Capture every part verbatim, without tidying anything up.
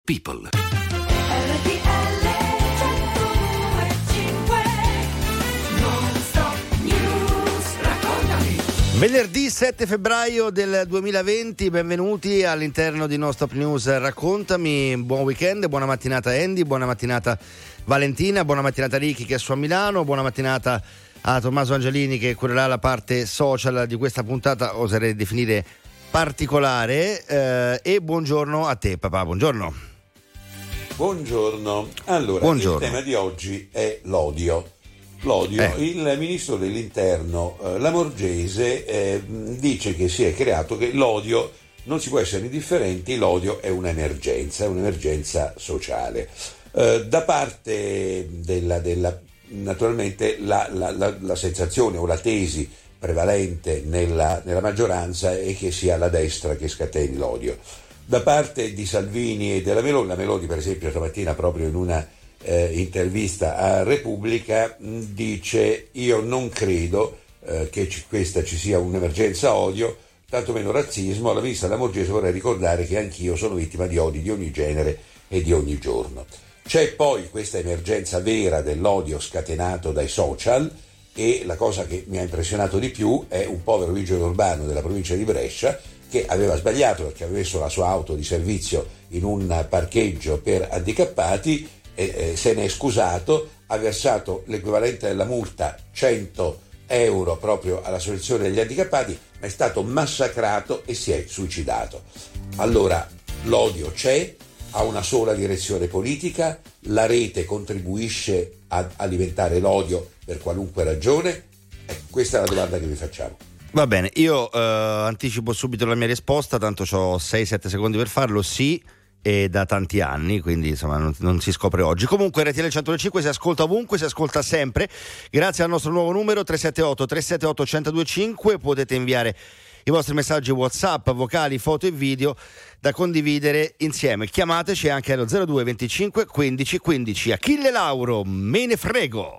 People. Venerdì sette febbraio del duemilaventi, benvenuti all'interno di No Stop News Raccontami. Buon weekend, buona mattinata Andy, buona mattinata Valentina, buona mattinata Ricky che è su a Milano, buona mattinata a Tommaso Angelini che curerà la parte social di questa puntata, oserei definire particolare, eh, e buongiorno a te papà, buongiorno. Buongiorno, allora buongiorno. Il tema di oggi è l'odio. L'odio, eh. Il ministro dell'interno eh, Lamorgese eh, dice che si è creato che l'odio non si può essere indifferenti, l'odio è un'emergenza, è un'emergenza sociale. Eh, da parte della, della naturalmente la, la, la, la sensazione o la tesi prevalente nella, nella maggioranza è che sia la destra che scateni l'odio. Da parte di Salvini e della Meloni, la Meloni per esempio stamattina proprio in una Eh, intervista a Repubblica mh, dice io non credo eh, che ci, questa ci sia un'emergenza odio, tantomeno razzismo. Alla ministra Lamorgese vorrei ricordare che anch'io sono vittima di odi di ogni genere e di ogni giorno. C'è poi questa emergenza vera dell'odio scatenato dai social, e la cosa che mi ha impressionato di più è un povero vigile urbano della provincia di Brescia che aveva sbagliato perché aveva messo la sua auto di servizio in un parcheggio per handicappati. E, eh, se ne è scusato, ha versato l'equivalente della multa cento euro proprio all'associazione degli handicappati, ma è stato massacrato e si è suicidato. Allora l'odio c'è, ha una sola direzione politica, la rete contribuisce ad alimentare l'odio per qualunque ragione. Ecco, questa è la domanda che vi facciamo. Va bene, io eh, anticipo subito la mia risposta, tanto ho sei sette secondi per farlo. Sì, e da tanti anni, quindi insomma non, non si scopre oggi. Comunque R T L centodue e cinque si ascolta ovunque, si ascolta sempre grazie al nostro nuovo numero tre sette otto tre sette otto uno zero due cinque. Potete inviare i vostri messaggi WhatsApp, vocali, foto e video da condividere insieme. Chiamateci anche allo zero due venticinque quindici quindici. Achille Lauro, me ne frego.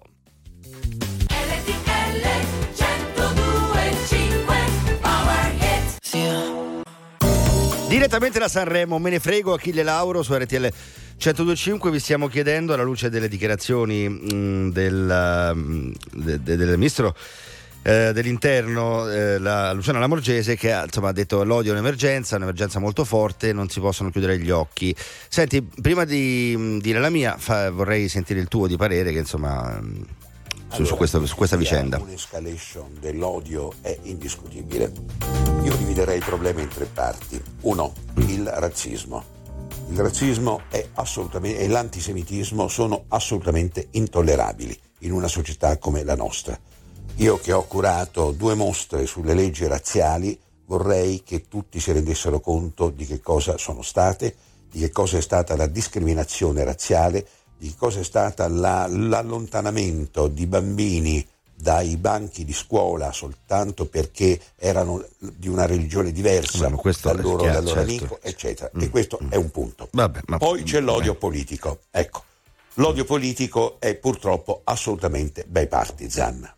Direttamente da Sanremo, me ne frego, Achille Lauro su R T L centodue e cinque. Vi stiamo chiedendo, alla luce delle dichiarazioni mh, del, mh, de, de, del ministro eh, dell'interno, eh, la, Luciana Lamorgese, che ha, insomma, ha detto l'odio è un'emergenza, un'emergenza molto forte, non si possono chiudere gli occhi. Senti, prima di mh, dire la mia, fa, vorrei sentire il tuo di parere, che insomma... Mh, Su, allora, su, questa, su questa vicenda. Un'escalation dell'odio è indiscutibile. Io dividerei il problema in tre parti. Uno, il razzismo. Il razzismo è assolutamente, e l'antisemitismo sono assolutamente intollerabili in una società come la nostra. Io che ho curato due mostre sulle leggi razziali vorrei che tutti si rendessero conto di che cosa sono state, di che cosa è stata la discriminazione razziale, di cosa è stata la, l'allontanamento di bambini dai banchi di scuola soltanto perché erano di una religione diversa dal loro, dal loro amico, eccetera. Mm, e questo mm. è un punto. Vabbè, ma... Poi c'è l'odio politico. Ecco, l'odio politico è purtroppo assolutamente bipartisan.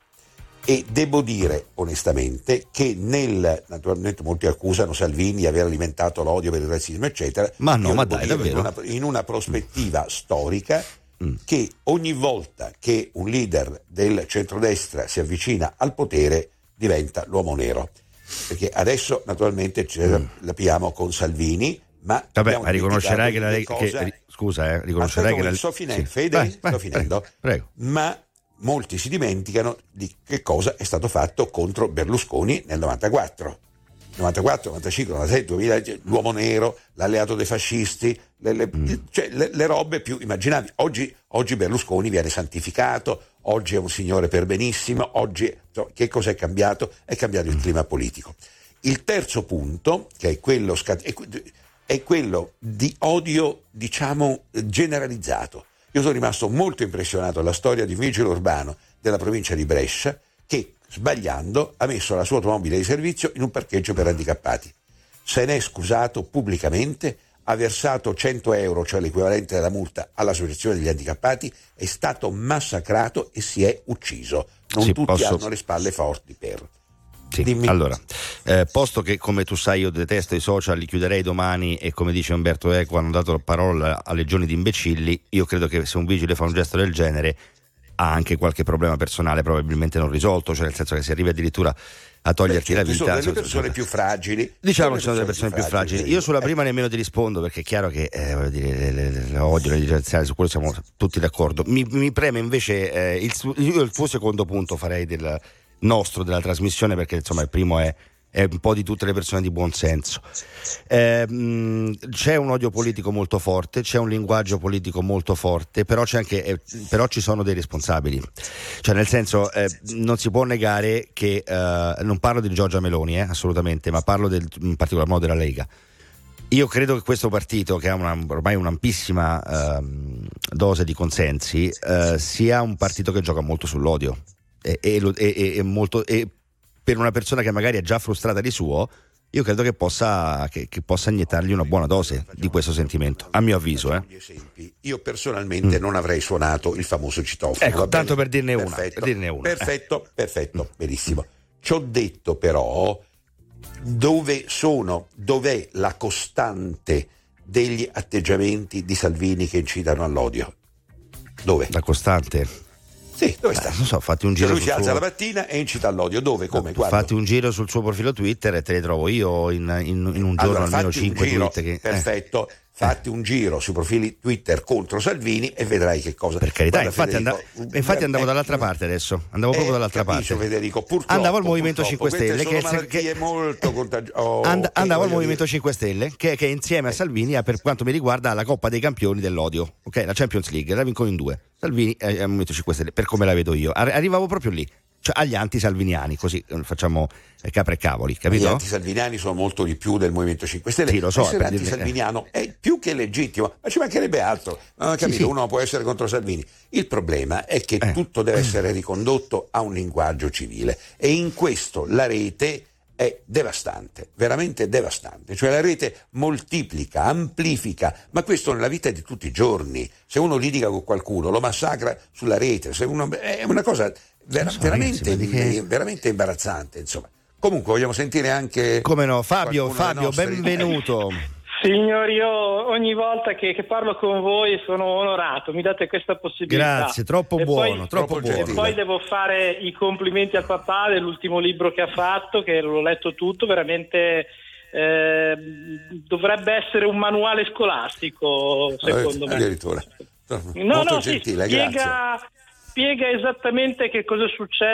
E devo dire onestamente che nel, naturalmente molti accusano Salvini di aver alimentato l'odio per il razzismo eccetera, ma no, io ma dai, davvero? In una, in una prospettiva mm. storica mm. che ogni volta che un leader del centrodestra si avvicina al potere diventa l'uomo nero, perché adesso naturalmente ce la mm. capiamo con Salvini, ma vabbè, ma riconoscerai che la lei che, che, scusa eh, riconoscerai che la sto finendo, sì. Fede, vai, vai, sto finendo prego, prego. Ma molti si dimenticano di che cosa è stato fatto contro Berlusconi nel novantaquattro, novantaquattro, novantacinque, novantasei, duemila, l'uomo nero, l'alleato dei fascisti, le, le, mm. cioè le, le robe più immaginabili. Oggi, oggi Berlusconi viene santificato, oggi è un signore per benissimo, oggi cioè, che cosa è cambiato? È cambiato il clima politico. Il terzo punto, che è quello, è, è quello di odio, diciamo, generalizzato. Io sono rimasto molto impressionato dalla storia di un vigile urbano della provincia di Brescia che, sbagliando, ha messo la sua automobile di servizio in un parcheggio per handicappati. Se ne è scusato pubblicamente, ha versato cento euro, cioè l'equivalente della multa, all'associazione degli handicappati, è stato massacrato e si è ucciso. Non sì, tutti posso... hanno le spalle forti per... Sì, Dimmi. Allora, eh, posto che come tu sai io detesto i social, li chiuderei domani e come dice Umberto Eco hanno dato parola a legioni di imbecilli, io credo che se un vigile fa un gesto del genere ha anche qualche problema personale probabilmente non risolto, cioè nel senso che si arriva addirittura a toglierti Beh, la vita. Sono delle persone più fragili. Diciamo che sono delle persone più fragili. fragili. Io sulla prima eh. nemmeno ti rispondo perché è chiaro che eh, voglio dire, l'odio, le licenziali, su quello siamo tutti d'accordo. Mi, mi preme invece eh, il, io il tuo secondo punto farei del nostro della trasmissione perché insomma il primo è, è un po' di tutte le persone di buon senso. Eh, mh, c'è un odio politico molto forte, c'è un linguaggio politico molto forte, però c'è anche eh, però ci sono dei responsabili, cioè nel senso eh, non si può negare che eh, non parlo di Giorgia Meloni eh, assolutamente, ma parlo del, in particolar modo della Lega. Io credo che questo partito, che ha una, ormai un'ampissima eh, dose di consensi, eh, sia un partito che gioca molto sull'odio e, e, e, e molto e per una persona che magari è già frustrata di suo, io credo che possa, che, che possa iniettargli una buona dose di questo sentimento, a mio avviso. Eh. Io personalmente mm. non avrei suonato il famoso citofono. Ecco, tanto per dirne una. Per dirne una. Perfetto, perfetto, mm. benissimo. Ci ho detto però dove sono, dov'è la costante degli atteggiamenti di Salvini che incitano all'odio? Dove? La costante? Sì, dove sta? Eh, non so, fatti un giro. Lui si alza suo... la mattina e incita all'odio. Dove? Come? No, fatti un giro sul suo profilo Twitter e te le trovo io in, in, in un giorno allora, almeno cinque tweet. Che... Perfetto. Eh. Fatti un giro sui profili Twitter contro Salvini e vedrai che cosa. Per carità, Guarda, infatti, Federico, andavo, infatti andavo dall'altra parte adesso. Andavo eh, proprio dall'altra capisco, parte. Federico, purtroppo, andavo al Movimento cinque Stelle che, è, che è molto contagioso. Oh, And, andavo al Movimento dire... cinque Stelle che, che insieme a Salvini ha, per quanto mi riguarda, la Coppa dei Campioni dell'odio. Ok, la Champions League, la vincono in due. Salvini e il Movimento cinque Stelle, per come la vedo io. Arrivavo proprio lì. Cioè agli anti-salviniani, così facciamo capre e cavoli, capito? Gli anti-salviniani sono molto di più del Movimento cinque Stelle. Sì, lo so. Essere anti-salviniano è più che legittimo, ma ci mancherebbe altro. Non ho capito, sì, sì. Uno può essere contro Salvini. Il problema è che eh. tutto deve essere ricondotto a un linguaggio civile e in questo la rete è devastante, veramente devastante. Cioè la rete moltiplica, amplifica, ma questo nella vita di tutti i giorni. Se uno litiga con qualcuno, lo massacra sulla rete. Se uno... È una cosa... Ver- so, veramente, ragazzi, che... veramente imbarazzante, insomma. Comunque vogliamo sentire anche come no Fabio Fabio benvenuto. Signori, io ogni volta che, che parlo con voi sono onorato, mi date questa possibilità. Grazie, troppo e buono, poi, troppo buono. E poi devo fare i complimenti al papà dell'ultimo libro che ha fatto, che l'ho letto tutto, veramente eh, dovrebbe essere un manuale scolastico, secondo eh, me. Addirittura. No, Molto no, gentile, sì, spiega, grazie. Spiega esattamente che cosa è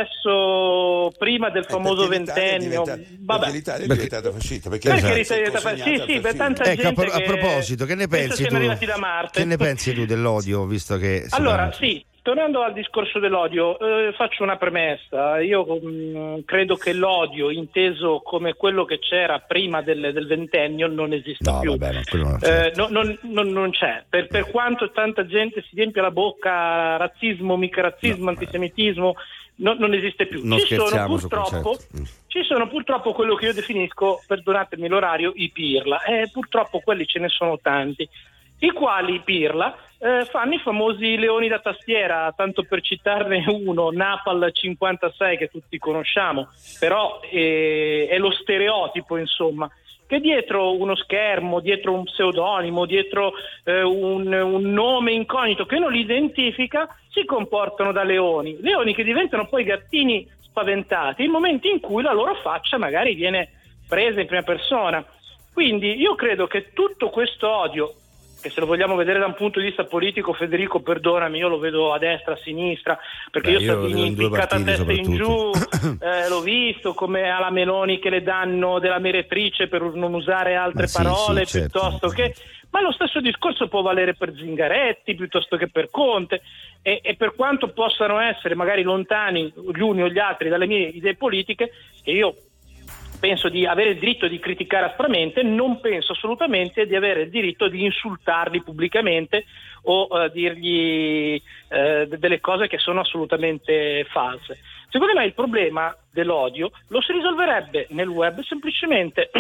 successo prima del famoso eh, ventennio. Perché l'Italia è diventata fascista. Perché, perché l'Italia è diventata fascista? Sì, sì, per tanta ecco, gente a, a proposito, che ne pensi tu? Da Marte. Che ne pensi tu dell'odio, visto che allora, sì, tornando al discorso dell'odio, eh, faccio una premessa. Io mh, credo che l'odio, inteso come quello che c'era prima del, del ventennio, non esista no, più. Vabbè, no, quello non c'è. Eh, no, non, non, non c'è. Per, per quanto tanta gente si riempie la bocca, razzismo, micrazzismo, no, antisemitismo, no, non esiste più. Non ci sono su purtroppo, ci sono purtroppo quello che io definisco, perdonatemi l'orario, i pirla. E purtroppo quelli ce ne sono tanti. I quali pirla eh, fanno i famosi leoni da tastiera, tanto per citarne uno, Napal cinquantasei, che tutti conosciamo, però eh, è lo stereotipo, insomma, che dietro uno schermo, dietro un pseudonimo, dietro eh, un, un nome incognito che non li identifica, si comportano da leoni, leoni che diventano poi gattini spaventati nel momento in cui la loro faccia magari viene presa in prima persona. Quindi io credo che tutto questo odio, che se lo vogliamo vedere da un punto di vista politico, Federico, perdonami, io lo vedo a destra, a sinistra, perché Beh, io Salvini impiccata a testa in giù, eh, l'ho visto come alla Meloni che le danno della meretrice per non usare altre Ma parole, sì, sì, piuttosto certo. che... Ma lo stesso discorso può valere per Zingaretti piuttosto che per Conte, e, e per quanto possano essere magari lontani gli uni o gli altri dalle mie idee politiche, che io penso di avere il diritto di criticare aspramente, non penso assolutamente di avere il diritto di insultarli pubblicamente o uh, dirgli uh, delle cose che sono assolutamente false. Secondo me il problema dell'odio lo si risolverebbe nel web semplicemente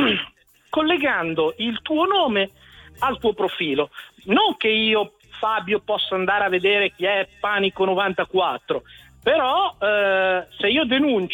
collegando il tuo nome al tuo profilo. Non che io, Fabio, possa andare a vedere chi è Panico novantaquattro, però eh, se io denuncio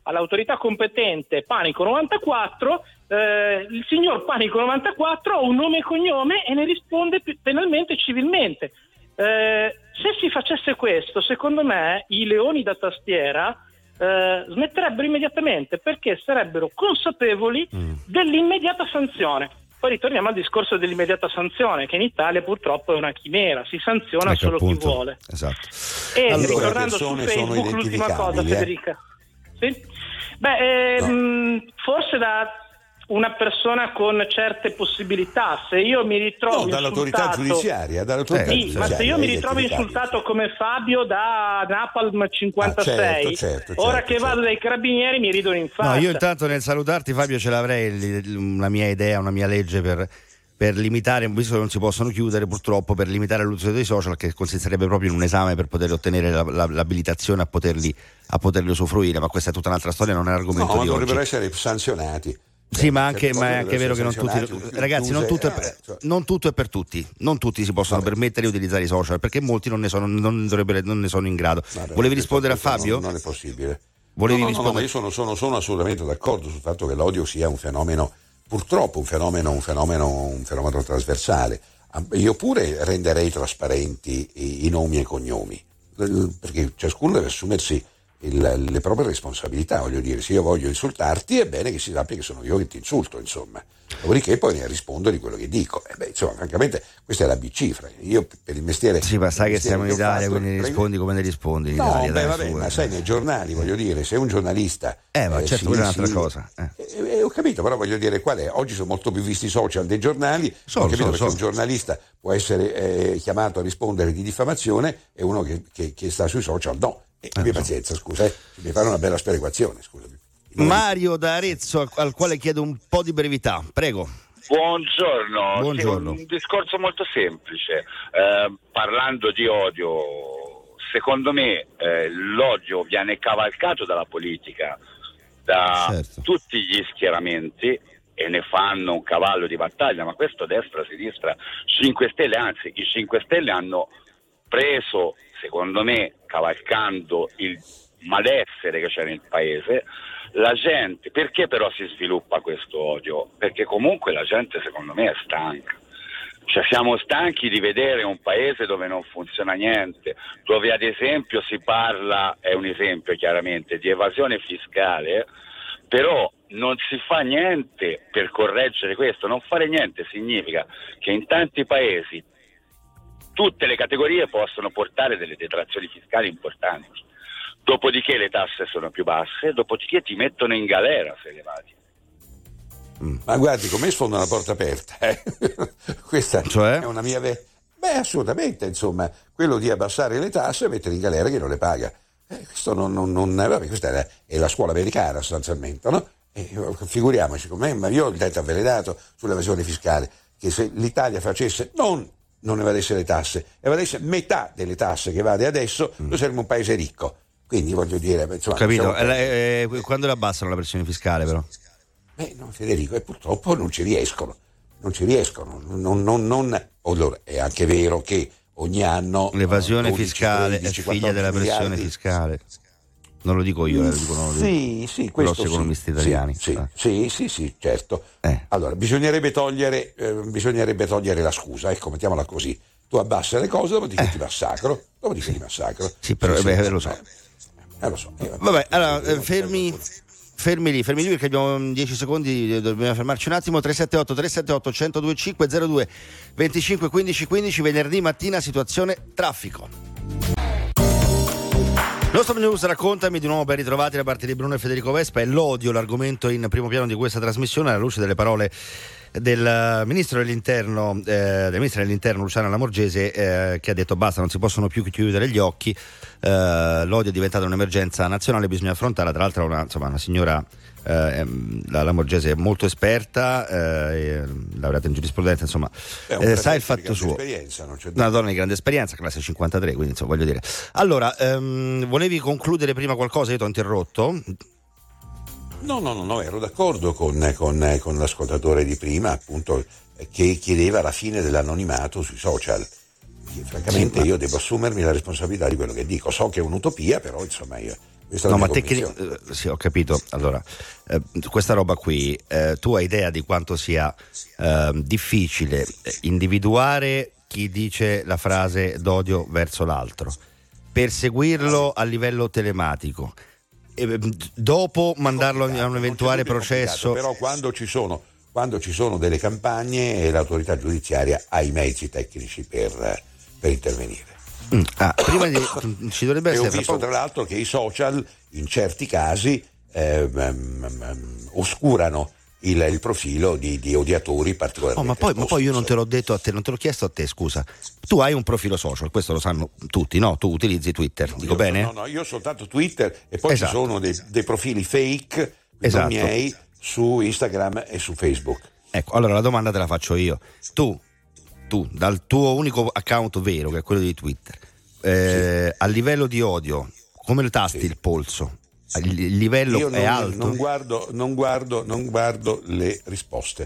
all'autorità competente Panico novantaquattro, eh, il signor Panico novantaquattro ha un nome e cognome e ne risponde penalmente e civilmente. Eh, se si facesse questo, secondo me i leoni da tastiera eh, smetterebbero immediatamente, perché sarebbero consapevoli mm. dell'immediata sanzione. Poi ritorniamo al discorso dell'immediata sanzione, che in Italia purtroppo è una chimera, si sanziona ecco solo appunto. Chi vuole. Esatto. E allora, ritornando su Facebook, l'ultima cosa, eh? Federica. Sì? Beh, ehm, no. forse da una persona con certe possibilità, se io mi ritrovo no, dall'autorità insultato, giudiziaria, dall'autorità sì, giudiziaria, ma se io mi ritrovo insultato come Fabio da Napalm cinquantasei, ah, certo, certo, ora certo, che vado certo. dai carabinieri mi ridono in faccia. No, io intanto nel salutarti, Fabio, ce l'avrei una mia idea, una mia legge per, per limitare, visto che non si possono chiudere purtroppo, per limitare l'uso dei social, che consisterebbe proprio in un esame per poter ottenere la, la, l'abilitazione a poterli, a poterli usufruire, ma questa è tutta un'altra storia, non è l'argomento no, di dovrebbero oggi. essere sanzionati. Sì, ma anche, ma è anche vero che non tutti, ragazzi, non tutto, è per, non tutto è per tutti, non tutti si possono Vabbè. permettere di utilizzare i social, perché molti non ne sono, non dovrebbero, non ne sono in grado. Vabbè, Volevi rispondere a Fabio? Non, non è possibile. Volevi no, no, rispondere? No, ma io sono, sono, sono assolutamente d'accordo sul fatto che l'odio sia un fenomeno, purtroppo un fenomeno, un fenomeno, un fenomeno trasversale. Io pure renderei trasparenti i, i nomi e i cognomi, perché ciascuno deve assumersi Il, le proprie responsabilità, voglio dire, se io voglio insultarti è bene che si sappia che sono io che ti insulto, insomma, dopodiché poi ne rispondo di quello che dico. E beh, insomma, francamente questa è la B cifra. Io per il mestiere sì, ma sai che siamo in Italia, fatto, quindi rispondi come ne rispondi in no, Italia, beh, dai, vabbè, su, ma eh. sai, nei giornali, voglio dire, se un giornalista eh ma certo, si, quella è un'altra si, cosa eh. Eh, eh, ho capito, però voglio dire, qual è? Oggi sono molto più visti i social dei giornali, sono, ho capito, sono, perché sono. un giornalista può essere eh, chiamato a rispondere di diffamazione e uno che, che, che sta sui social no. E eh, abbia pazienza, scusa, eh, mi fare una bella sperequazione, scusami. Mario da Arezzo, al quale chiedo un po' di brevità, prego. Buongiorno, Buongiorno. Sì, un discorso molto semplice, eh, parlando di odio, secondo me eh, l'odio viene cavalcato dalla politica, da certo. tutti gli schieramenti, e ne fanno un cavallo di battaglia, ma questo destra, sinistra, cinque Stelle, anzi i cinque Stelle hanno preso, secondo me, cavalcando il malessere che c'è nel paese, la gente. Perché però si sviluppa questo odio? Perché comunque la gente, secondo me, è stanca. Cioè siamo stanchi di vedere un paese dove non funziona niente, dove ad esempio si parla, è un esempio chiaramente, di evasione fiscale, però non si fa niente per correggere questo. Non fare niente significa che in tanti paesi tutte le categorie possono portare delle detrazioni fiscali importanti, dopodiché le tasse sono più basse, dopodiché ti mettono in galera se evadi. Mm. Ma guardi, come sfondo una porta aperta, eh? Questa cioè? è una mia ve- beh assolutamente, insomma, quello di abbassare le tasse e mettere in galera chi non le paga, eh, questo non, non, non vabbè, questa è la, è la scuola americana sostanzialmente, no? E, figuriamoci, come, ma io ho il detto avvelenato sull'evasione fiscale, che se l'Italia facesse non non evadesse le tasse, evadesse metà delle tasse che evade adesso, mm. noi saremmo un paese ricco. Quindi voglio dire, insomma, ho capito, siamo... eh, eh, quando le abbassano la pressione fiscale però? Beh, no, Federico, e purtroppo non ci riescono, non ci riescono, non, non, non... Allora, è anche vero che ogni anno l'evasione dodici, fiscale tredici, è figlia della pressione miliardi. fiscale. Non lo dico io, eh, lo dicono sì, sì, questo grossi economisti sì, italiani. Sì, eh. sì, sì, sì, certo. Eh. Allora, bisognerebbe togliere, eh, bisognerebbe togliere la scusa, ecco, mettiamola così. Tu abbassi le cose, dopodiché eh. ti massacro, dopodiché sì. ti massacro. Sì, però sì, beh, sì, lo so. Eh, lo so. Eh, vabbè, vabbè, allora, eh, fermi, fermi lì, fermi lì perché abbiamo dieci secondi, dobbiamo fermarci un attimo. Tre sette otto tre sette otto uno zero due cinque zero due venticinque quindici quindici, venerdì mattina, situazione traffico. Lo Stop News, raccontami, di nuovo ben ritrovati da parte di Bruno e Federico Vespa. È l'odio l'argomento in primo piano di questa trasmissione, alla luce delle parole del ministro dell'interno eh, del ministro dell'interno Luciana Lamorgese, eh, che ha detto basta, non si possono più chiudere gli occhi, eh, l'odio è diventato un'emergenza nazionale, bisogna affrontarla. Tra l'altro una, insomma, una signora, eh, la Lamorgese è molto esperta, eh, laureata in giurisprudenza, insomma, eh, sa il fatto suo, una donna di grande esperienza, classe cinquantatré, quindi insomma, voglio dire. Allora, ehm, volevi concludere prima qualcosa? Io ti ho interrotto. No, no, no, no, ero d'accordo con, con, con l'ascoltatore di prima, appunto, che chiedeva la fine dell'anonimato sui social. Francamente io devo assumermi la responsabilità di quello che dico. So che è un'utopia, però insomma io No, ma tecnicamente eh, sì, ho capito. Allora, eh, questa roba qui, eh, tu hai idea di quanto sia eh, difficile individuare chi dice la frase d'odio verso l'altro, perseguirlo a livello telematico, e, dopo mandarlo a un eventuale processo. Però quando ci sono quando ci sono delle campagne, l'autorità giudiziaria ha i mezzi tecnici per, per intervenire. Mm. Ah, prima di ci dovrebbe essere. E ho visto tra l'altro che i social in certi casi eh, um, um, oscurano il, il profilo di, di odiatori particolarmente. Oh, ma poi, ma poi io non te l'ho detto a te, non te l'ho chiesto a te, scusa. Tu hai un profilo social, questo lo sanno tutti, no? Tu utilizzi Twitter, no, dico io, bene? No, no, io soltanto Twitter e poi esatto. ci sono dei, dei profili fake, esatto. non miei, su Instagram e su Facebook. Ecco, allora la domanda te la faccio io. Tu, tu dal tuo unico account vero, che è quello di Twitter, eh, sì. a livello di odio, come lo tasti sì. il polso? Il livello io è non, alto? Non guardo, non guardo, non guardo le risposte.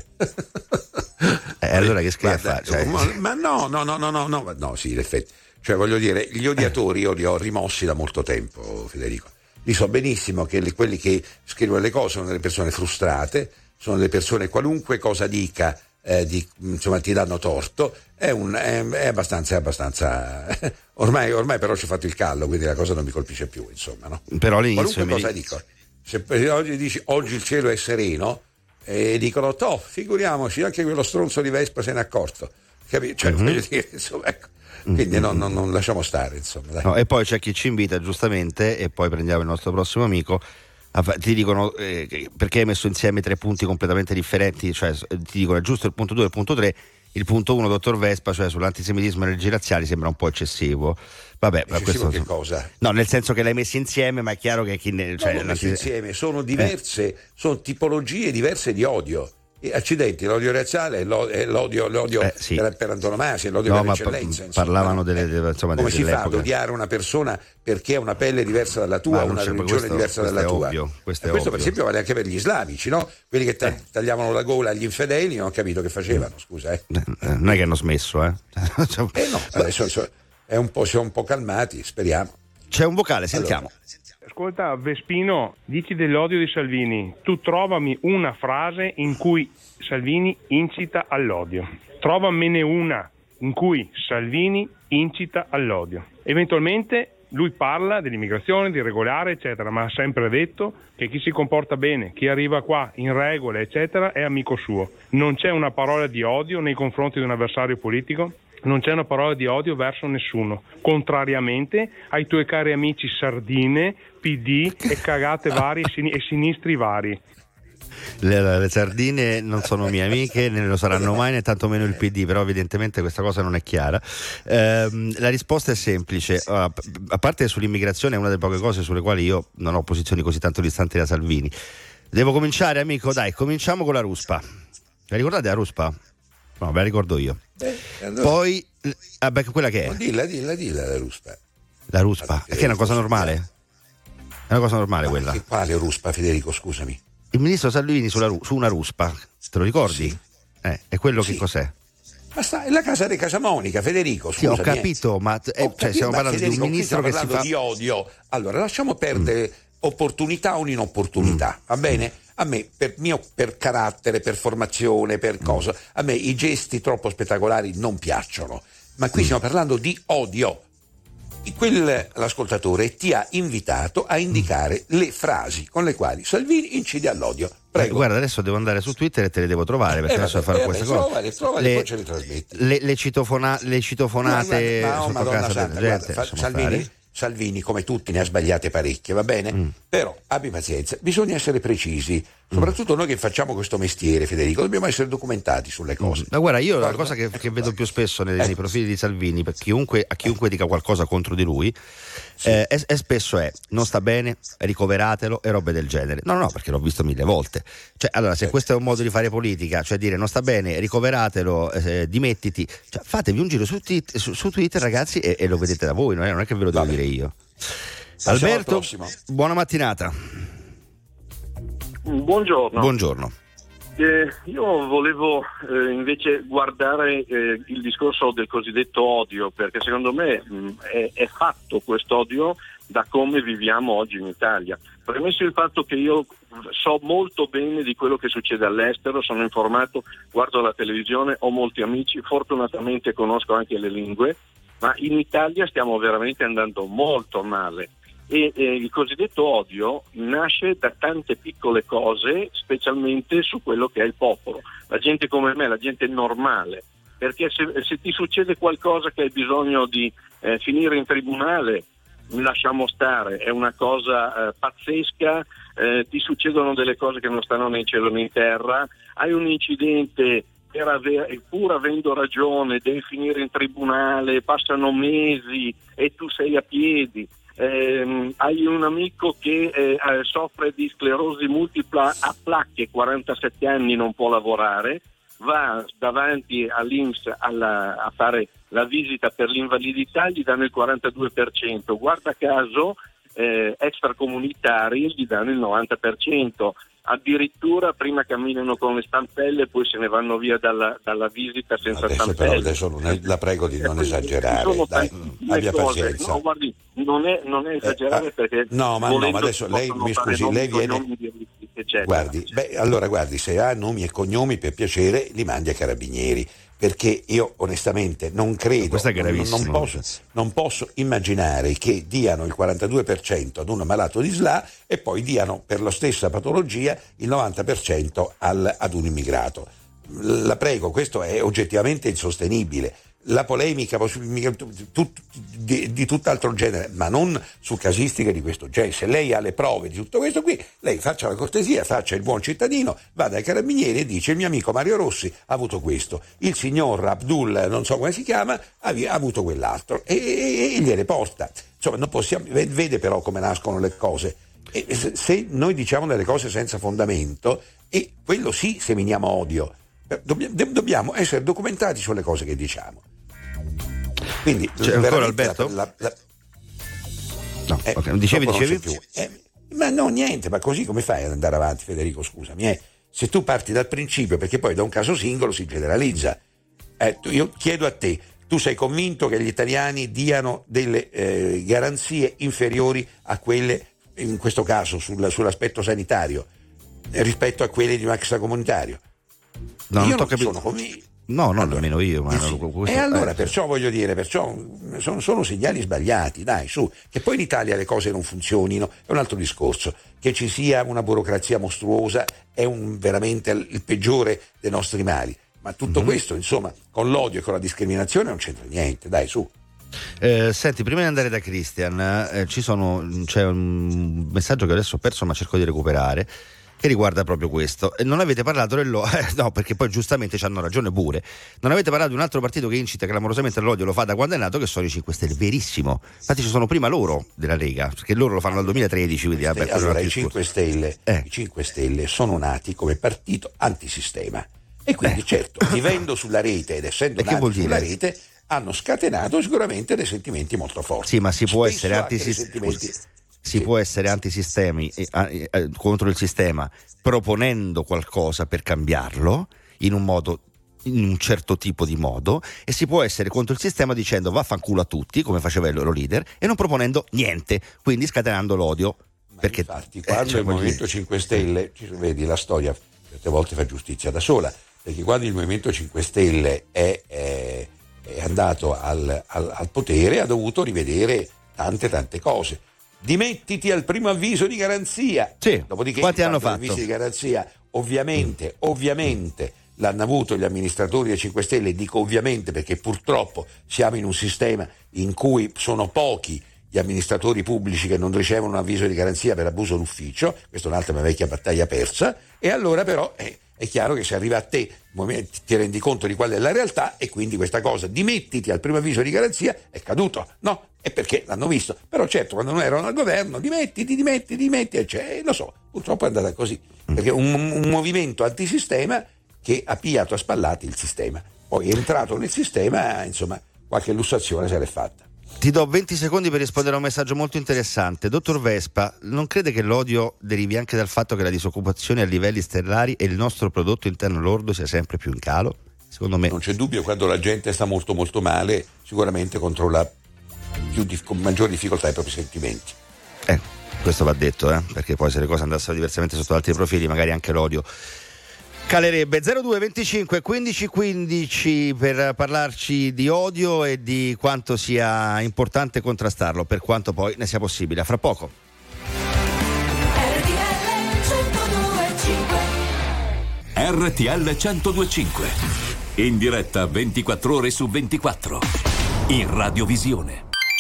eh, allora che scrivi a fare? Cioè... Ma, ma no, no, no, no, no, no, no, sì, in effetti. Cioè, voglio dire, gli odiatori io li ho rimossi da molto tempo, Federico. Li so benissimo che le, quelli che scrivono le cose sono delle persone frustrate, sono delle persone, qualunque cosa dica, eh, di, insomma, ti danno torto. È, un, è, è abbastanza, è abbastanza. ormai, ormai però ci ho fatto il callo, quindi la cosa non mi colpisce più, insomma, no? Però all'inizio qualunque mi... cosa dico. Se oggi dici oggi il cielo è sereno, e dicono, toh, figuriamoci, anche quello stronzo di Vespa se n'è accorto. Capito? Cioè, mm-hmm. voglio dire, insomma, ecco. Quindi non, non, non lasciamo stare, insomma. Dai. No, e poi c'è chi ci invita giustamente, e poi prendiamo il nostro prossimo amico. Ti dicono eh, perché hai messo insieme tre punti completamente differenti, cioè ti dicono è giusto il punto due e il punto tre, il punto uno, dottor Vespa, cioè sull'antisemitismo e le leggi razziali sembra un po' eccessivo. Vabbè, eccessivo questo, che cosa? No, nel senso che l'hai messi insieme, ma è chiaro che chi ne, cioè, non messi insieme, sono diverse, eh. sono tipologie diverse di odio. E accidenti, l'odio razziale è l'odio, l'odio eh, sì. per, per antonomasia, l'odio no, per eccellenza. Pa- parlavano insomma, delle, insomma, come si dell'epoca. fa ad odiare una persona perché ha una pelle diversa dalla tua, una religione questo, diversa questo dalla tua? Ovvio, questo, questo per esempio vale anche per gli islamici, no? Quelli che ta- eh. tagliavano la gola agli infedeli, non ho capito che facevano, scusa. Eh. Non è che hanno smesso, eh? eh no, adesso è un po', si sono un po' calmati, speriamo. C'è un vocale, sentiamo. Allora. Ascolta, Vespino, dici dell'odio di Salvini. Tu trovami una frase in cui Salvini incita all'odio. Trovamene una in cui Salvini incita all'odio. Eventualmente lui parla dell'immigrazione, di regolare, eccetera, ma ha sempre detto che chi si comporta bene, chi arriva qua in regola, eccetera, è amico suo. Non c'è una parola di odio nei confronti di un avversario politico? Non c'è una parola di odio verso nessuno, contrariamente ai tuoi cari amici sardine, P D e cagate varie e sinistri vari. Le, le sardine non sono mie amiche, né lo saranno mai, né tantomeno il P D, però evidentemente questa cosa non è chiara. Ehm, la risposta è semplice. A parte sull'immigrazione è una delle poche cose sulle quali io non ho posizioni così tanto distanti da Salvini. Devo cominciare, amico? Dai, cominciamo con la ruspa. Vi ricordate la ruspa? No, ve la ricordo io. Eh, allora... Poi, ah, beh, quella che è? No, dilla, dilla, dilla la ruspa. La ruspa? È che è una cosa normale? È una cosa normale. Ma quella. Che quale ruspa, Federico, scusami? Il ministro Salvini sulla, su una ruspa, te lo ricordi? Sì. Eh, è quello sì. Che cos'è? Ma sta è la casa di Casamonica, Federico, scusa. Sì, ho capito, ma eh, ho cioè, stiamo parlando Federico, di un ministro che si fa di odio. Allora, lasciamo perdere mm. opportunità o inopportunità, mm. va bene? A me, per mio per carattere, per formazione, per cosa, a me i gesti troppo spettacolari non piacciono. Ma qui mm. stiamo parlando di odio. Quel, l'ascoltatore ti ha invitato a indicare mm. le frasi con le quali Salvini incide all'odio. Prego. Eh, guarda, adesso devo andare su Twitter e te le devo trovare perché eh, adesso vabbè, fare eh, queste vabbè, cose. Trovale, trovale, le, poi ce le trasmetti. Le, le, citofona, le citofonate no, guarda, no, sotto casa Santa, della gente. guarda, Salvini, Salvini, come tutti, ne ha sbagliate parecchie, va bene? Mm. Però abbi pazienza, bisogna essere precisi. Soprattutto noi che facciamo questo mestiere, Federico, dobbiamo essere documentati sulle cose. Mm. Ma guarda, io guarda, la cosa che, che vedo più spesso nei, nei profili di Salvini, per chiunque, a chiunque dica qualcosa contro di lui, sì. eh, è, è spesso è non sta bene, ricoveratelo e robe del genere. No, no, perché l'ho visto mille volte. Cioè, allora, se sì. questo è un modo di fare politica, cioè dire non sta bene, ricoveratelo, eh, dimettiti, cioè, fatevi un giro su, su, su Twitter, ragazzi, e, e lo vedete da voi, non è, non è che ve lo devo Vabbè. dire io. Passiamo Alberto, buona mattinata. Buongiorno. Buongiorno. Eh, io volevo eh, invece guardare eh, il discorso del cosiddetto odio, perché secondo me mh, è, è fatto questo odio da come viviamo oggi in Italia. Premesso il fatto che io so molto bene di quello che succede all'estero, sono informato, guardo la televisione, ho molti amici, fortunatamente conosco anche le lingue, ma in Italia stiamo veramente andando molto male. E eh, il cosiddetto odio nasce da tante piccole cose, specialmente su quello che è il popolo, la gente come me, la gente normale, perché se, se ti succede qualcosa che hai bisogno di eh, finire in tribunale, lasciamo stare, è una cosa eh, pazzesca, eh, ti succedono delle cose che non stanno né in cielo né in terra, hai un incidente, per aver, pur avendo ragione devi finire in tribunale, passano mesi e tu sei a piedi. Eh, hai un amico che eh, soffre di sclerosi multipla a placche, quarantasette anni, non può lavorare, va davanti all'I N P S alla, a fare la visita per l'invalidità, gli danno il quarantadue per cento, guarda caso eh, extracomunitari gli danno il novanta per cento, addirittura prima camminano con le stampelle e poi se ne vanno via dalla, dalla visita senza adesso, stampelle. Però adesso non è, la prego di non esagerare, dai, abbia cose. pazienza. No, guardi, non è, non è esagerare eh, perché no, ma, no, ma adesso lei mi scusi, lei viene guardi, beh, allora guardi, se ha nomi e cognomi per piacere li mandi a Carabinieri, perché io onestamente non credo, non, non, posso, non posso immaginare che diano il quarantadue per cento ad un malato di S L A e poi diano per la stessa patologia il novanta per cento al, ad un immigrato. La prego, questo è oggettivamente insostenibile. La polemica tut, di, di tutt'altro genere, ma non su casistiche di questo genere. Se lei ha le prove di tutto questo qui, lei faccia la cortesia, faccia il buon cittadino, vada ai Carabinieri e dice: il mio amico Mario Rossi ha avuto questo, il signor Abdul, non so come si chiama, ha, ha avuto quell'altro, e, e, e gliele porta. Insomma, non possiamo, vede però come nascono le cose. E se noi diciamo delle cose senza fondamento, e quello sì seminiamo odio, dobbiamo essere documentati sulle cose che diciamo. Quindi c'è ancora Alberto? La, la, la, no, eh, okay. dicevi, dicevi? Eh, ma no, niente, ma così come fai ad andare avanti, Federico? Scusami, eh? Se tu parti dal principio, perché poi da un caso singolo si generalizza. Eh, tu, io chiedo a te, tu sei convinto che gli italiani diano delle eh, garanzie inferiori a quelle, in questo caso sul, sull'aspetto sanitario, eh, rispetto a quelle di un extracomunitario? No, io non, non capi- sono convinto. No, no, allora, nemmeno io. Ma sì. questo, e allora, eh, perciò voglio dire, perciò sono, sono segnali sbagliati, dai, su. Che poi in Italia le cose non funzionino è un altro discorso. Che ci sia una burocrazia mostruosa è un, veramente il peggiore dei nostri mali. Ma tutto mm-hmm. questo, insomma, con l'odio e con la discriminazione non c'entra niente, dai, su. Eh, senti, prima di andare da Christian, eh, ci sono, c'è un messaggio che adesso ho perso, ma cerco di recuperare, che riguarda proprio questo. E non avete parlato dello eh, no, perché poi giustamente ci hanno ragione pure. Non avete parlato di un altro partito che incita clamorosamente all'odio, lo fa da quando è nato, che sono i cinque Stelle. Verissimo. Infatti ci sono prima loro della Lega, perché loro lo fanno dal duemilatredici, quindi vabbè, allora i cinque Stelle, eh. i cinque Stelle sono nati come partito antisistema. E quindi eh. certo, vivendo sulla rete ed essendo nati sulla rete, hanno scatenato sicuramente dei sentimenti molto forti. Sì, ma si può Spesso essere antisistema. Si sì. può essere antisistemi eh, eh, contro il sistema proponendo qualcosa per cambiarlo in un modo, in un certo tipo di modo, e si può essere contro il sistema dicendo vaffanculo a tutti, come faceva il loro leader, e non proponendo niente, quindi scatenando l'odio. Ma perché infatti quando eh, cioè, il Movimento dire... cinque Stelle, vedi, la storia certe volte fa giustizia da sola, perché quando il Movimento cinque Stelle è, è, è andato al, al, al potere ha dovuto rivedere tante tante cose. Dimettiti al primo avviso di garanzia. Sì. Dopodiché quanti hanno fatto? Avvisi di garanzia ovviamente, mm. ovviamente l'hanno avuto gli amministratori dei cinque Stelle, dico ovviamente perché purtroppo siamo in un sistema in cui sono pochi gli amministratori pubblici che non ricevono un avviso di garanzia per abuso d'ufficio, questa è un'altra mia vecchia battaglia persa, e allora però eh, è chiaro che se arriva a te ti rendi conto di qual è la realtà, e quindi questa cosa dimettiti al primo avviso di garanzia è caduto, no? È perché l'hanno visto, però certo quando non erano al governo dimettiti, dimettiti, dimettiti, cioè, lo so, purtroppo è andata così, perché un, un movimento antisistema che ha pigliato a spallati il sistema, poi è entrato nel sistema, insomma qualche lussazione se l'è fatta. Ti do venti secondi per rispondere a un messaggio molto interessante. Dottor Vespa, non crede che l'odio derivi anche dal fatto che la disoccupazione a livelli stellari e il nostro prodotto interno lordo sia sempre più in calo? Secondo me non c'è dubbio, quando la gente sta molto molto male sicuramente controlla più di, con maggior difficoltà i propri sentimenti. Eh, questo va detto, eh, perché poi se le cose andassero diversamente sotto altri profili, magari anche l'odio calerebbe. Zero due venticinque quindici quindici per parlarci di odio e di quanto sia importante contrastarlo, per quanto poi ne sia possibile. A fra poco. R T L centodue e cinque, in diretta ventiquattro ore su ventiquattro, in radiovisione.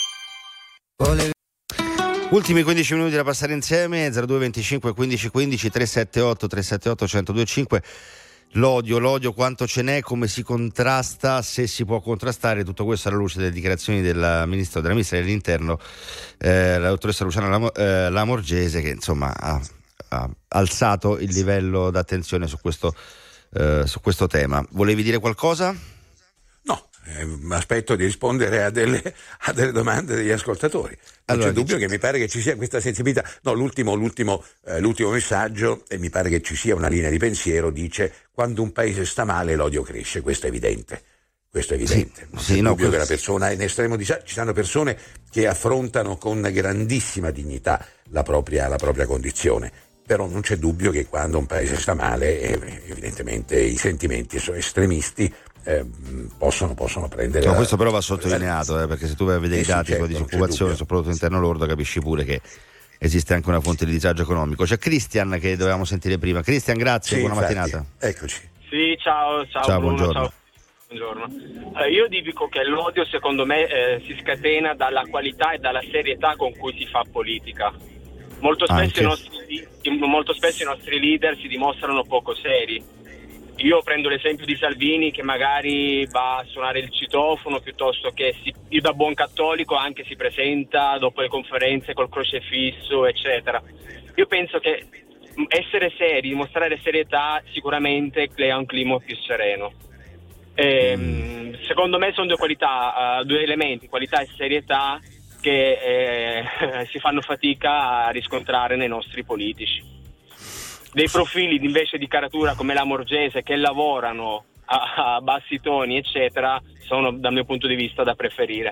Ultimi quindici minuti da passare insieme. Zero due venticinque quindici quindici tre sette otto tre sette otto uno zero due cinque. L'odio, l'odio quanto ce n'è, come si contrasta, se si può contrastare, tutto questo alla luce delle dichiarazioni del ministro, della ministra dell'interno, eh, la dottoressa Luciana Lam- eh, Lamorgese, che insomma ha, ha alzato il livello d'attenzione su questo, eh, su questo tema. Volevi dire qualcosa? No, eh, aspetto di rispondere a delle, a delle domande degli ascoltatori. Non allora, c'è dubbio che mi pare che ci sia questa sensibilità. No, l'ultimo, l'ultimo, eh, l'ultimo messaggio, e mi pare che ci sia una linea di pensiero, dice: quando un paese sta male l'odio cresce. Questo è evidente. Questo è evidente. Sì, non c'è sì, dubbio no, che la persona è in estremo disagio. Ci sono persone che affrontano con grandissima dignità la propria, la propria condizione. Però non c'è dubbio che quando un paese sta male, eh, evidentemente i sentimenti sono estremisti. Eh, possono, possono prendere. No, la, questo però va sottolineato, eh, perché se tu vai a vedere sì, i dati sì, certo, di disoccupazione sul prodotto interno lordo, capisci pure che esiste anche una fonte di disagio economico. C'è Christian che dovevamo sentire prima. Christian, grazie, sì, buona infatti, mattinata. Eccoci. Sì, ciao, ciao, ciao Bruno, buongiorno. ciao. Buongiorno. Eh, io dico che l'odio secondo me eh, si scatena dalla qualità e dalla serietà con cui si fa politica. Molto spesso, i nostri, molto spesso i nostri leader si dimostrano poco seri. Io prendo l'esempio di Salvini, che magari va a suonare il citofono piuttosto che si, io da buon cattolico anche si presenta dopo le conferenze col crocefisso, eccetera. Io penso che essere seri, dimostrare serietà sicuramente crea un clima più sereno. E, mm. Secondo me sono due qualità, uh, due elementi, qualità e serietà, che eh, si fanno fatica a riscontrare nei nostri politici. Dei profili invece di caratura come la Lamorgese, che lavorano a, a bassi toni eccetera, sono dal mio punto di vista da preferire.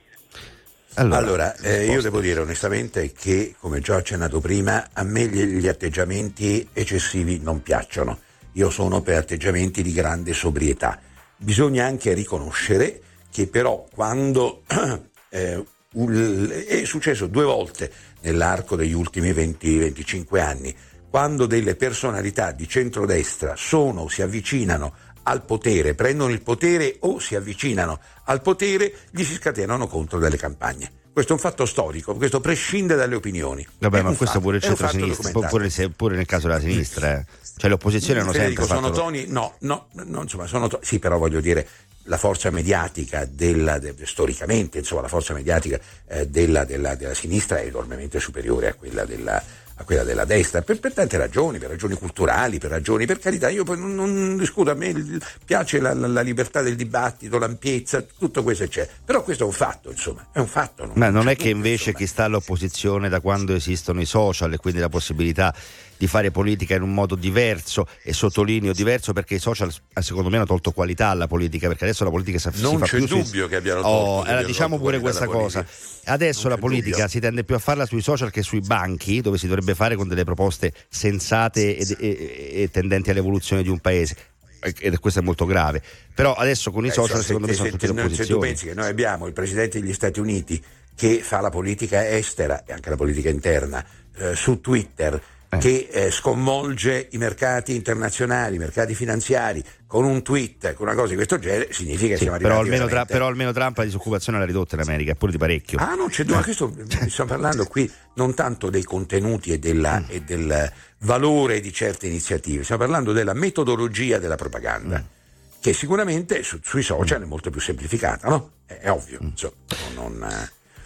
Allora, allora eh, io devo dire onestamente che, come già ho accennato prima, a me gli, gli atteggiamenti eccessivi non piacciono. Io sono per atteggiamenti di grande sobrietà. Bisogna anche riconoscere che però quando eh, un, è successo due volte nell'arco degli ultimi venti venticinque anni, quando delle personalità di centrodestra sono, si avvicinano al potere, prendono il potere o si avvicinano al potere, gli si scatenano contro delle campagne. Questo è un fatto storico, questo prescinde dalle opinioni. Vabbè, ma questo fatto, pure il centro-sinistra, pure, pure nel caso della sinistra, eh. Cioè l'opposizione hanno Federico, sempre sono fatto... toni, no, no, no, insomma, sono toni, sì, però voglio dire, la forza mediatica della, de, storicamente, insomma, la forza mediatica eh, della, della, della sinistra è enormemente superiore a quella della a quella della destra, per, per tante ragioni, per ragioni culturali, per ragioni, per carità, io poi non, non discuto, a me piace la, la, la libertà del dibattito, l'ampiezza, tutto questo c'è, però questo è un fatto, insomma, è un fatto. Non, Ma non è che tutto, invece insomma. Chi sta all'opposizione da quando esistono i social e quindi la possibilità di fare politica in un modo diverso, e sottolineo diverso perché i social secondo me hanno tolto qualità alla politica, perché adesso la politica si, non si fa c'è più dubbio sui... che abbiano tolto, oh, che allora diciamo pure questa cosa, adesso la politica dubbio. si tende più a farla sui social che sui banchi, dove si dovrebbe fare con delle proposte sensate e, e, e tendenti all'evoluzione di un paese, e questo è molto grave, però adesso con i social eh, secondo se, me sono se, tutte le opposizioni. Se tu pensi che noi abbiamo il presidente degli Stati Uniti che fa la politica estera e anche la politica interna eh, su Twitter, Eh. che eh, sconvolge i mercati internazionali, i mercati finanziari con un tweet, con una cosa di questo genere, significa che sì, siamo però arrivati almeno, veramente... tra, però almeno Trump la disoccupazione l'ha ridotta in America, pure di parecchio. Ah, non c'è dubbio, ma questo stiamo parlando qui non tanto dei contenuti e, della, mm. e del valore di certe iniziative, stiamo parlando della metodologia della propaganda, mm. che sicuramente su, sui social mm. è molto più semplificata, no? È, è ovvio, mm. insomma, non...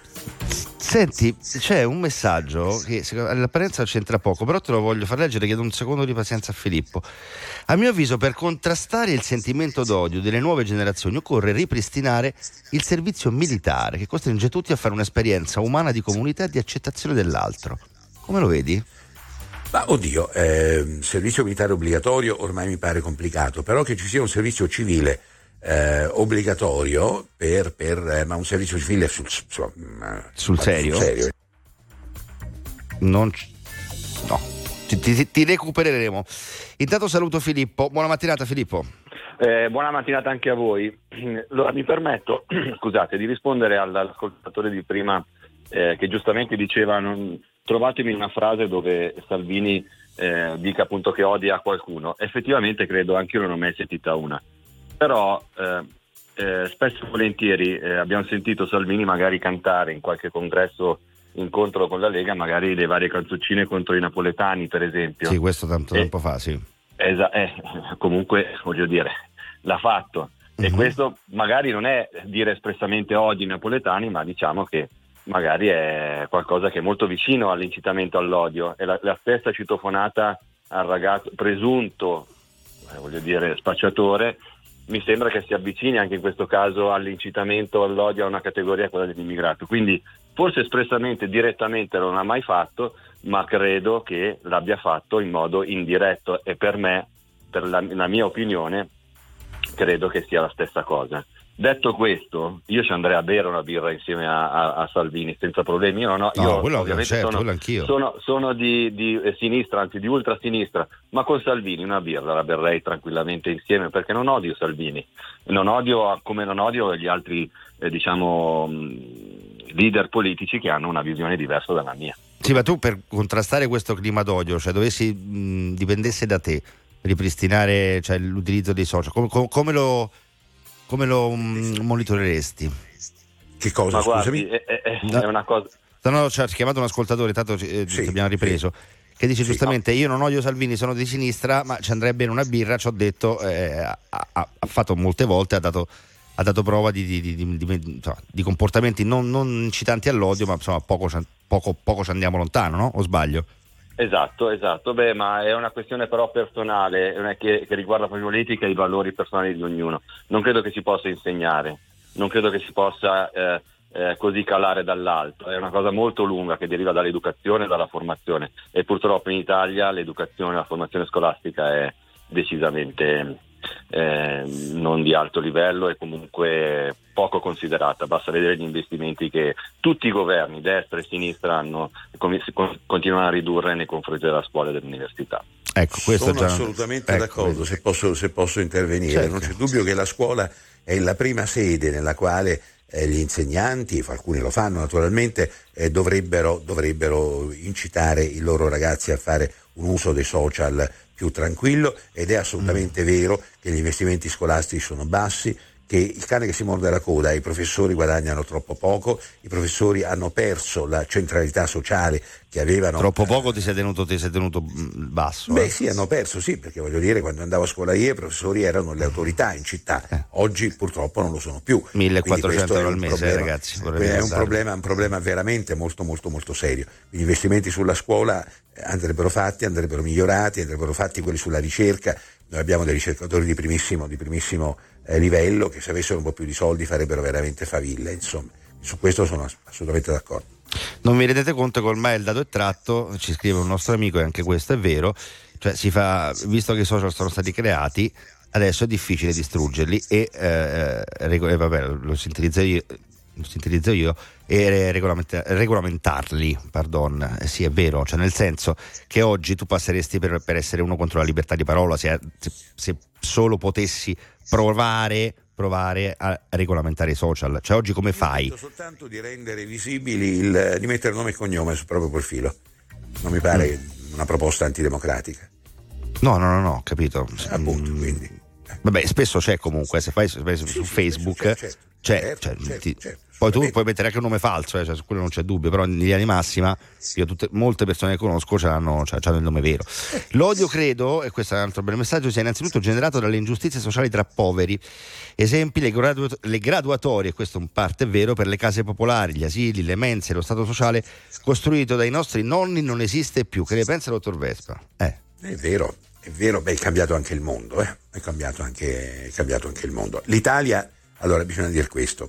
Senti, c'è un messaggio che all'apparenza c'entra poco, però te lo voglio far leggere, chiedo un secondo di pazienza a Filippo. A mio avviso, per contrastare il sentimento d'odio delle nuove generazioni occorre ripristinare il servizio militare, che costringe tutti a fare un'esperienza umana di comunità e di accettazione dell'altro. Come lo vedi? Ma oddio, eh, servizio militare obbligatorio ormai mi pare complicato, però che ci sia un servizio civile eh, obbligatorio per, per eh, ma un servizio civile sul, su, sul serio? Sul serio. Non c- no, ti, ti, ti recupereremo. Intanto saluto Filippo. Buona mattinata Filippo. Eh, buona mattinata anche a voi. Allora, mi permetto, scusate, di rispondere all'ascoltatore di prima eh, che giustamente diceva non, trovatemi una frase dove Salvini eh, dica appunto che odia qualcuno. Effettivamente credo anche io non ho mai sentita una. Però eh, eh, spesso e volentieri eh, abbiamo sentito Salvini magari cantare in qualche congresso, incontro con la Lega, magari le varie canzoncine contro i napoletani, per esempio. Sì, questo tanto e, tempo fa, sì. Esa- eh, comunque, voglio dire, l'ha fatto. E mm-hmm. questo magari non è dire espressamente odi i napoletani, ma diciamo che magari è qualcosa che è molto vicino all'incitamento all'odio. È la, la stessa citofonata al ragazzo presunto, eh, voglio dire, spacciatore. Mi sembra che si avvicini anche in questo caso all'incitamento all'odio a una categoria, quella dell'immigrato. Quindi forse espressamente, direttamente non l'ha mai fatto, ma credo che l'abbia fatto in modo indiretto, e per me, per la, la mia opinione, credo che sia la stessa cosa. Detto questo, io ci andrei a bere una birra insieme a, a, a Salvini senza problemi. Io, non ho, no, io quello, ovviamente certo, sono, quello anch'io. sono, sono di, di sinistra, anzi di ultrasinistra, ma con Salvini una birra la berrei tranquillamente insieme, perché non odio Salvini, non odio come non odio gli altri eh, diciamo leader politici che hanno una visione diversa dalla mia. Sì, ma tu per contrastare questo clima d'odio, cioè dovessi mh, dipendesse da te ripristinare, cioè, l'utilizzo dei social, come, come, come lo come lo mh, monitoreresti? Che cosa, ma scusami? Guardi, è, è, no. è una cosa. No, ci ha chiamato un ascoltatore, tanto eh, sì, abbiamo ripreso, sì. Che dice sì, giustamente no. Io non odio Salvini, sono di sinistra, ma ci andrebbe bene una birra. Ci ho detto, eh, ha, ha, ha fatto molte volte, ha dato, ha dato prova di, di, di, di, di, insomma, di comportamenti non, non incitanti all'odio, ma insomma poco, poco, poco ci andiamo lontano, no? O sbaglio? Esatto, esatto. Beh, ma è una questione però personale, non è che, che riguarda la politica e i valori personali di ognuno. Non credo che si possa insegnare, non credo che si possa eh, eh, così calare dall'alto. È una cosa molto lunga che deriva dall'educazione e dalla formazione, e purtroppo in Italia l'educazione e la formazione scolastica è decisamente eh, non di alto livello e comunque poco considerata. Basta vedere gli investimenti che tutti i governi, destra e sinistra, hanno continuano a ridurre nei confronti della scuola e dell'università. Ecco, questo sono già... assolutamente ecco, d'accordo, se posso, se posso intervenire. Certo. Non c'è dubbio che la scuola è la prima sede nella quale eh, gli insegnanti, alcuni lo fanno naturalmente, eh, dovrebbero, dovrebbero incitare i loro ragazzi a fare un uso dei social più tranquillo, ed è assolutamente mm. vero che gli investimenti scolastici sono bassi, che il cane che si morde la coda, i professori guadagnano troppo poco, i professori hanno perso la centralità sociale che avevano. Troppo poco ti sei tenuto, ti sei tenuto basso? Beh eh? sì, hanno perso, sì, perché voglio dire, quando andavo a scuola io i professori erano le autorità in città, eh. oggi purtroppo non lo sono più. millequattrocento euro al mese, problema, ragazzi. È un problema, un problema veramente molto molto molto serio. Gli investimenti sulla scuola andrebbero fatti, andrebbero migliorati, andrebbero fatti quelli sulla ricerca. Noi abbiamo dei ricercatori di primissimo, di primissimo eh, livello che se avessero un po' più di soldi farebbero veramente faville, insomma. Su questo sono assolutamente d'accordo. Non vi rendete conto che ormai il dato è tratto, ci scrive un nostro amico, e anche questo è vero, cioè si fa, visto che i social sono stati creati, adesso è difficile distruggerli e eh, eh, vabbè, lo sintetizzo io, lo sintetizzo io e regolamenta- regolamentarli, pardon, eh, sì è vero, cioè nel senso che oggi tu passeresti per, per essere uno contro la libertà di parola se, se, se solo potessi provare provare a regolamentare i social, cioè oggi come fai? Soltanto di rendere visibili, il, di mettere nome e cognome sul proprio profilo, non mi pare mm. una proposta antidemocratica. No, no, no, no, capito. Appunto, mm. quindi. Vabbè, spesso c'è comunque, se fai, se fai su sì, Facebook, sì, certo, c'è, certo, cioè, certo, ti, certo, poi tu puoi mettere anche un nome falso, eh, cioè, su quello non c'è dubbio, però in linea di massima io tutte, molte persone che conosco hanno cioè, il nome vero. L'odio, credo, e questo è un altro bel messaggio, sia innanzitutto generato dalle ingiustizie sociali tra poveri. Esempi, le, gradu- le graduatorie, questo in parte è vero, per le case popolari, gli asili, le mense, lo stato sociale costruito dai nostri nonni non esiste più. Che ne pensa il dottor Vespa? Eh. È vero, è vero, beh, è cambiato anche il mondo, eh? è, cambiato anche, è cambiato anche il mondo. L'Italia, allora bisogna dire questo,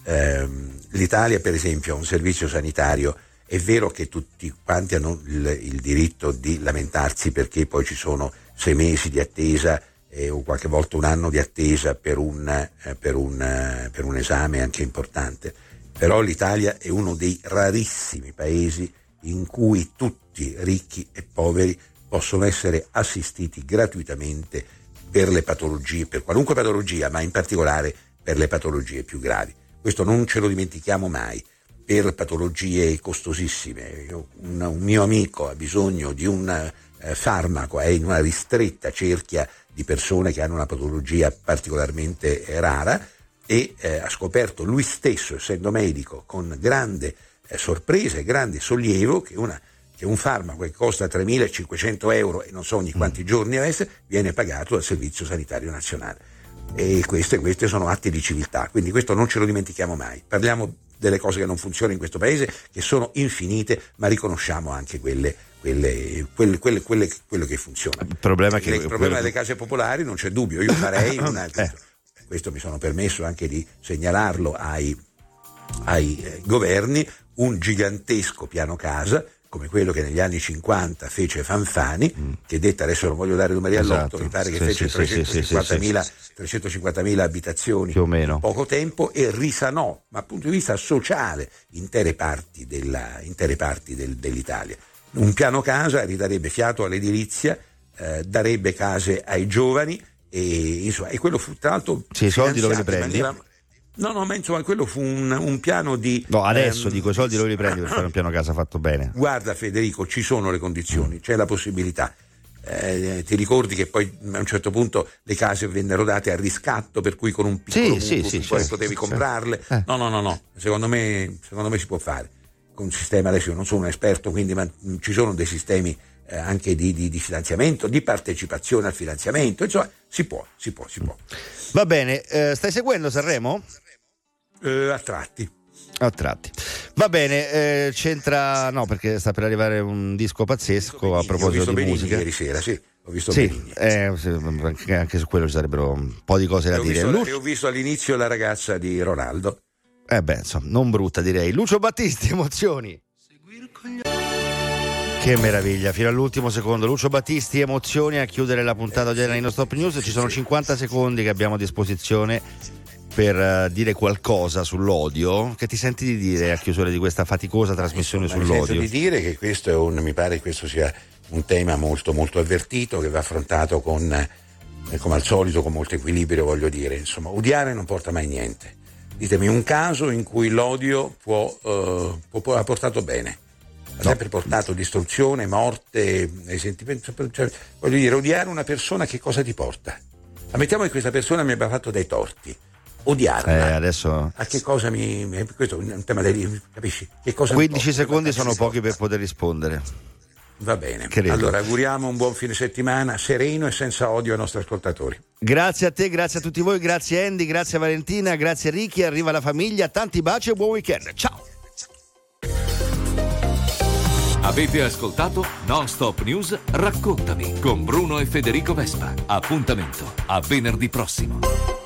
ehm, l'Italia per esempio ha un servizio sanitario, è vero che tutti quanti hanno il, il diritto di lamentarsi perché poi ci sono sei mesi di attesa eh, o qualche volta un anno di attesa per un, eh, per un, eh, per un esame anche importante. Però l'Italia è uno dei rarissimi paesi in cui tutti, ricchi e poveri, possono essere assistiti gratuitamente per le patologie, per qualunque patologia, ma in particolare per le patologie più gravi. Questo non ce lo dimentichiamo mai. Per patologie costosissime, un, un mio amico ha bisogno di un eh, farmaco, è in una ristretta cerchia di persone che hanno una patologia particolarmente eh, rara, e eh, ha scoperto lui stesso, essendo medico, con grande eh, sorpresa e grande sollievo, che, una, che un farmaco che costa tremilacinquecento euro e non so ogni quanti giorni avesse, viene pagato dal Servizio Sanitario Nazionale. E queste, queste sono atti di civiltà, quindi questo non ce lo dimentichiamo mai. Parliamo delle cose che non funzionano in questo paese, che sono infinite, ma riconosciamo anche quelle, quelle, quelle, quelle, quelle quello che funziona. Il problema, è che, il problema delle case popolari non c'è dubbio, io farei una, eh. questo mi sono permesso anche di segnalarlo ai, ai eh, governi, un gigantesco piano casa come quello che negli anni cinquanta fece Fanfani, mm. che detta, adesso non voglio dare numeri all'otto, esatto. mi pare che sì, fece sì, trecentocinquantamila abitazioni più o meno in poco tempo, e risanò, ma dal punto di vista sociale, intere parti, della, intere parti del, dell'Italia. Un piano casa ridarebbe fiato all'edilizia, eh, darebbe case ai giovani, e, insomma, e quello fu tra l'altro sì, i soldi dove li prendi? Maniera, No, no, ma insomma quello fu un, un piano di... No, adesso ehm... dico, i soldi dove li prendi per fare un piano casa fatto bene? Guarda Federico, ci sono le condizioni, c'è la possibilità. Eh, ti ricordi che poi a un certo punto le case vennero date a riscatto, per cui con un piccolo sì, mutuo sì, sì, poi certo, potevi certo. comprarle? Eh. No, no, no, no, secondo me, secondo me si può fare. Con un sistema, adesso io non sono un esperto, quindi ma ci sono dei sistemi eh, anche di, di, di finanziamento, di partecipazione al finanziamento, insomma si può, si può, si può. Va bene, eh, stai seguendo Sanremo? Eh, a tratti. A tratti. Va bene, eh, c'entra, no, perché sta per arrivare un disco pazzesco Benigni, a proposito di Benigni musica. Ieri sera, sì, ho visto sì, Benigni. Eh, anche su quello ci sarebbero un po' di cose da e dire. Ho visto, Lu- e ho visto all'inizio la ragazza di Ronaldo. Eh beh, insomma, non brutta direi. Lucio Battisti, emozioni. Che meraviglia, fino all'ultimo secondo. Lucio Battisti, emozioni, a chiudere la puntata odierna di No Stop News. Ci sono cinquanta secondi che abbiamo a disposizione per uh, dire qualcosa sull'odio. Che ti senti di dire a chiusura di questa faticosa trasmissione Insomma, sull'odio? Mi sento di dire che questo è un, mi pare che questo sia un tema molto molto avvertito, che va affrontato con, eh, come al solito, con molto equilibrio, voglio dire. Insomma, odiare non porta mai niente. Ditemi un caso in cui l'odio può, uh, può, può ha portato bene. Ha no. sempre portato distruzione, morte, nei sentimenti. Cioè, voglio dire, odiare una persona che cosa ti porta? Ammettiamo che questa persona mi abbia fatto dei torti. Odiarla. Eh, adesso... A che cosa mi. Questo è un tema di. Capisci? Che cosa quindici secondi sono pochi per poter rispondere. Va bene. Credo. Allora auguriamo un buon fine settimana sereno e senza odio ai nostri ascoltatori. Grazie a te, grazie a tutti voi, grazie Andy, grazie a Valentina, grazie Ricky, arriva la famiglia, tanti baci e buon weekend. Ciao. Avete ascoltato Non Stop News Raccontami con Bruno e Federico Vespa. Appuntamento a venerdì prossimo.